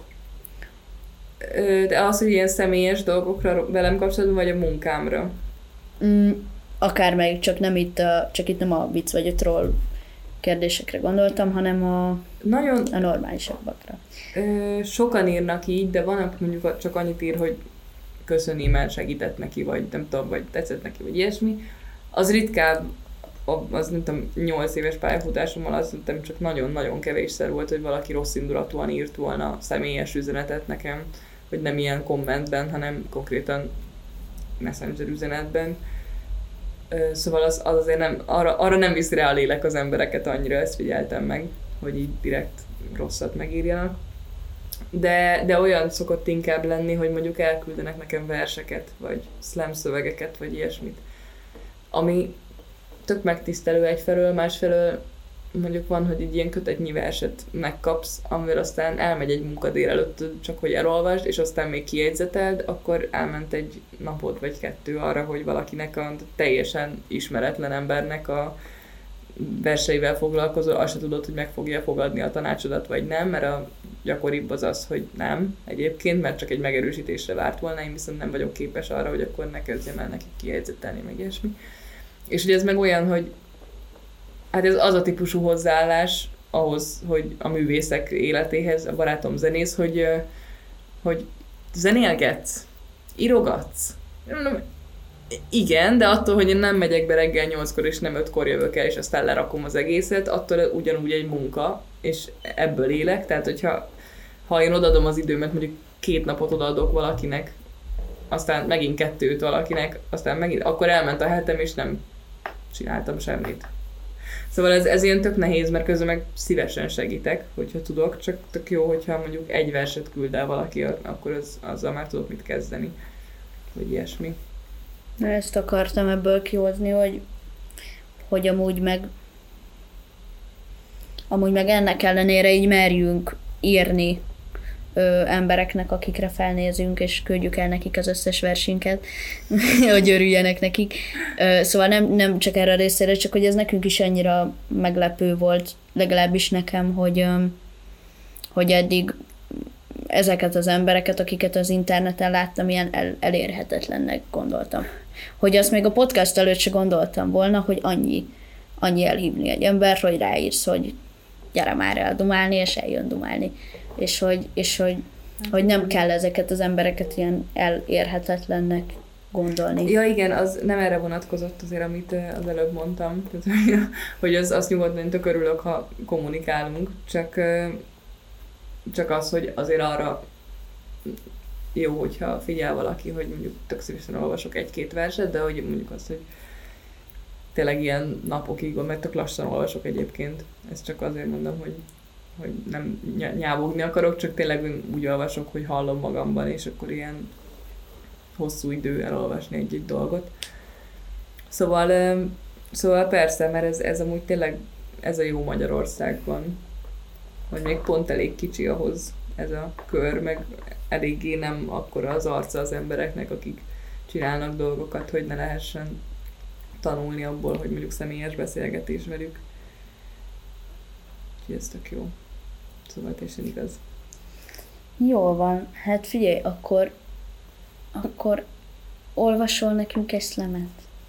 De az, hogy ilyen személyes dolgokra velem kapcsolatban, vagy a munkámra? Mm. Akármelyik, csak nem itt a, csak itt nem a vicc vagy a troll kérdésekre gondoltam, hanem a, nagyon, a normálisabbakra. Ö, sokan írnak így, de van, aki mondjuk csak annyit ír, hogy köszöni, mert segített neki, vagy nem tudom, vagy tetszett neki, vagy ilyesmi. Az ritkább, az nem tudom, nyolc éves pályafutásommal az nem csak nagyon-nagyon kevésszer volt, hogy valaki rossz indulatúan írt volna személyes üzenetet nekem, hogy nem ilyen kommentben, hanem konkrétan messenger üzenetben. Szóval az, az azért nem, arra, arra nem viszi rá a lélek az embereket annyira, ezt figyeltem meg, hogy így direkt rosszat megírjanak. De, de olyan szokott inkább lenni, hogy mondjuk elküldenek nekem verseket, vagy slam szövegeket, vagy ilyesmit. Ami tök megtisztelő egyfelől, másfelől mondjuk van, hogy egy ilyen kötetnyi verset megkapsz, amivel aztán elmegy egy munka délelőtt, csak hogy elolvasd, és aztán még kijegyzeteld, akkor elment egy napot vagy kettő arra, hogy valakinek a teljesen ismeretlen embernek a verseivel foglalkozol, azt se tudod, hogy meg fogja fogadni a tanácsodat, vagy nem, mert a gyakoribb az az, hogy nem egyébként, mert csak egy megerősítésre várt volna, én viszont nem vagyok képes arra, hogy akkor ne kezdjem el nekik kijegyzetelni, meg ilyesmi. És ugye ez meg olyan, hogy hát ez az a típusú hozzáállás ahhoz, hogy a művészek életéhez, a barátom zenész, hogy, hogy zenélgetsz, írogatsz. Igen, de attól, hogy én nem megyek be reggel nyolckor és nem ötkor jövök el, és aztán lerakom az egészet, attól ugyanúgy egy munka, és ebből élek. Tehát, hogyha ha én odaadom az időmet, mondjuk két napot odaadok valakinek, aztán megint kettőt valakinek, aztán megint, akkor elment a hetem, és nem csináltam semmit. Szóval ez, ez ilyen tök nehéz, mert közben meg szívesen segítek, hogyha tudok, csak tök jó, hogyha mondjuk egy verset küld el valaki, akkor az, azzal már tudok mit kezdeni, vagy ilyesmi. Na, ezt akartam ebből kihozni, hogy, hogy amúgy meg amúgy meg ennek ellenére így merjünk írni ö, embereknek, akikre felnézünk, és küldjük el nekik az összes versinket, hogy örüljenek nekik. Ö, szóval nem, nem csak erre a részére, csak hogy ez nekünk is annyira meglepő volt, legalábbis nekem, hogy, ö, hogy eddig ezeket az embereket, akiket az interneten láttam, ilyen el, elérhetetlennek gondoltam. Hogy azt még a podcast előtt se gondoltam volna, hogy annyi, annyi elhívni egy embert, hogy ráírsz, hogy gyere már el dumálni, és eljön dumálni. És hogy, és hogy, hogy nem kell ezeket az embereket ilyen elérhetetlennek gondolni. Ja igen, az nem erre vonatkozott azért, amit az előbb mondtam, hogy az, azt nyugodtan tök örülök, ha kommunikálunk, csak, csak az, hogy azért arra jó, hogyha figyel valaki, hogy mondjuk tök szívesen olvasok egy-két verset, de hogy mondjuk azt, hogy tényleg ilyen napokig van, mert tök lassan olvasok egyébként. Ezt csak azért mondom, hogy, hogy nem nyávogni akarok, csak tényleg úgy olvasok, hogy hallom magamban, és akkor ilyen hosszú idő elolvasni egy-egy dolgot. Szóval, szóval persze, mert ez, ez amúgy tényleg ez a jó Magyarországban, hogy még pont elég kicsi ahhoz ez a kör, meg eléggé nem akkora az arca az embereknek, akik csinálnak dolgokat, hogy ne lehessen tanulni abból, hogy mondjuk személyes beszélgetés velük. Úgyhogy ez tök jó. Szóval teljesen igaz. Jól van. Hát figyelj, akkor, akkor olvasol nekünk egy szlemet.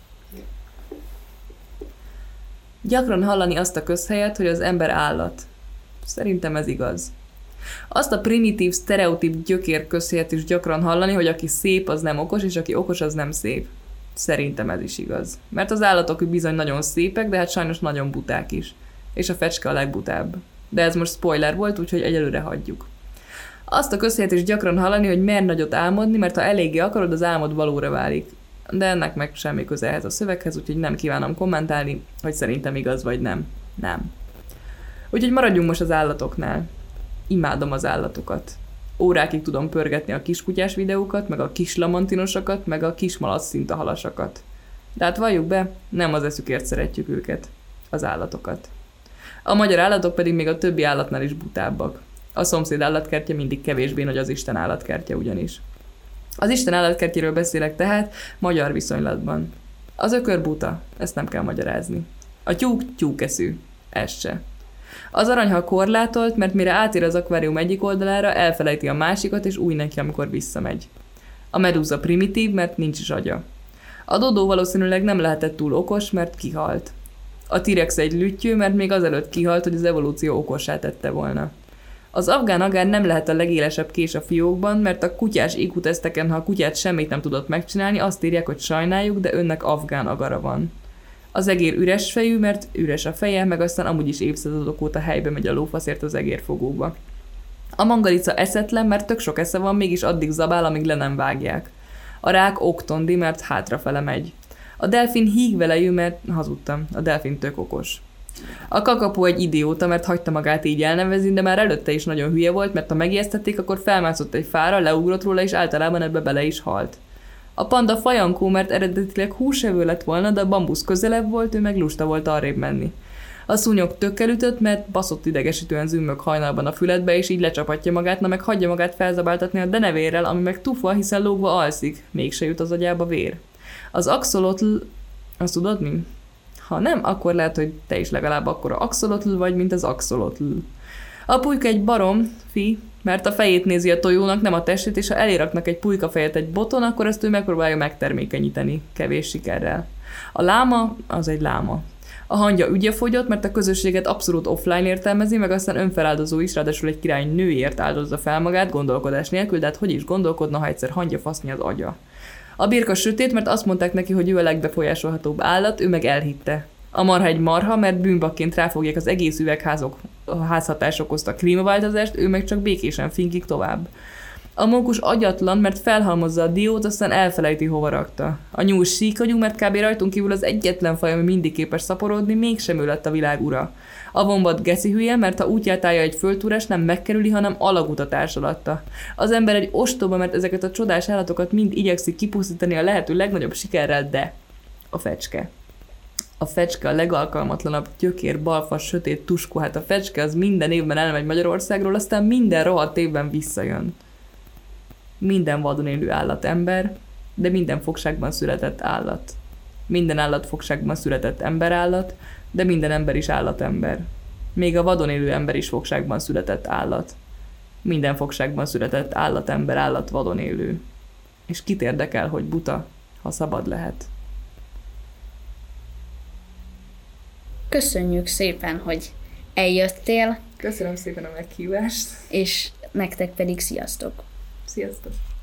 Gyakran hallani azt a közhelyet, hogy az ember állat. Szerintem ez igaz. Azt a primitív, sztereotíp gyökér közhelyet is gyakran hallani, hogy aki szép, az nem okos, és aki okos, az nem szép. Szerintem ez is igaz. Mert az állatok bizony nagyon szépek, de hát sajnos nagyon buták is. És a fecske a legbutább. De ez most spoiler volt, úgyhogy egyelőre hagyjuk. Azt a közhelyet is gyakran hallani, hogy mer nagyot álmodni, mert ha eléggé akarod, az álmod valóra válik. De ennek meg semmi köze ehhez a szöveghez, úgyhogy nem kívánom kommentálni, hogy szerintem igaz vagy nem. Nem. Úgyhogy maradjunk most az állatoknál. Imádom az állatokat. Órákig tudom pörgetni a kiskutyás videókat, meg a kis lamantinosokat, meg a kis malac szintahalasakat. De hát valljuk be, nem az eszükért szeretjük őket. Az állatokat. A magyar állatok pedig még a többi állatnál is butábbak. A szomszéd állatkertje mindig kevésbé nagy az Isten állatkertje ugyanis. Az Isten állatkertjéről beszélek tehát magyar viszonylatban. Az ökör buta, ezt nem kell magyarázni. A tyúk tyúkeszű, ez se. Az aranyhal korlátolt, mert mire átér az akvárium egyik oldalára, elfelejti a másikat, és új neki, amikor visszamegy. A medúza primitív, mert nincs is agya. A dodó valószínűleg nem lehetett túl okos, mert kihalt. A T-rex egy lüttyő, mert még azelőtt kihalt, hogy az evolúció okossá tette volna. Az afgán agár nem lehet a legélesebb kés a fiókban, mert a kutyás í kú teszteken, ha a kutyát semmit nem tudott megcsinálni, azt írják, hogy sajnáljuk, de önnek afgán agara van. Az egér üres fejű, mert üres a feje, meg aztán amúgy is évszázadok óta helybe megy a lófaszért az egérfogóba. A mangalica eszetlen, mert tök sok esze van, mégis addig zabál, amíg le nem vágják. A rák oktondi, mert hátrafele megy. A delfin hígvelejű, mert hazudtam, a delfin tök okos. A kakapó egy idióta, mert hagyta magát így elnevezni, de már előtte is nagyon hülye volt, mert ha megijesztették, akkor felmászott egy fára, leugrott róla, és általában ebbe bele is halt. A panda fajankó, mert eredetileg húsevő lett volna, de a bambusz közelebb volt, ő meg lusta volt arrébb menni. A szúnyog tökkel ütött, mert baszott idegesítően zümmög hajnalban a füledbe, és így lecsapatja magát, na meg hagyja magát felzabáltatni a denevérrel, ami meg tufa, hiszen lógva alszik, mégse jut az agyába vér. Az axolotl... Azt tudod mi? Ha nem, akkor lehet, hogy te is legalább akkora axolotl vagy, mint az axolotl. A pulyka egy barom, fi, mert a fejét nézi a tojónak, nem a testét, és ha eléraknak egy pulykafejet egy boton, akkor ezt ő megpróbálja megtermékenyíteni, kevés sikerrel. A láma, az egy láma. A hangya ügye fogyott, mert a közösséget abszolút offline értelmezi, meg aztán önfeláldozó is, ráadásul egy király nőért áldozza fel magát gondolkodás nélkül, de hát hogy is gondolkodna, ha egyszer hangya faszni az agya. A birka sötét, mert azt mondták neki, hogy ő a legbefolyásolhatóbb állat, ő meg elhitte. A marha egy marha, mert bűnbakként ráfogják az egész üvegházok, a házhatás okozta a klímaváltozást, ő meg csak békésen finkik tovább. A mókus agyatlan, mert felhalmozza a diót, aztán elfelejti, hova rakta. A nyúl síkagyú, mert kb. Rajtunk kívül az egyetlen faj, ami mindig képes szaporodni, mégsem ő lett a világ ura. A vombat geci hülye, mert ha útját állja egy földtúrás, nem megkerüli, hanem alagutatás alatta. Az ember egy ostoba, mert ezeket a csodás állatokat mind igyekszik kipusztítani a lehető legnagyobb sikerrel, de a fecske. A fecske a legalkalmatlanabb gyökér, balfas, sötét tuskó, hát a fecske az minden évben elmegy Magyarországról, aztán minden rohadt évben visszajön. Minden vadon élő állat ember, de minden fogságban született állat. Minden állat fogságban született emberállat, de minden ember is állatember. Még a vadon élő ember is fogságban született állat. Minden fogságban született állatember, állat, vadon élő. És kit érdekel, hogy buta, ha szabad lehet. Köszönjük szépen, hogy eljöttél. Köszönöm szépen a meghívást. És nektek pedig sziasztok. Sziasztok.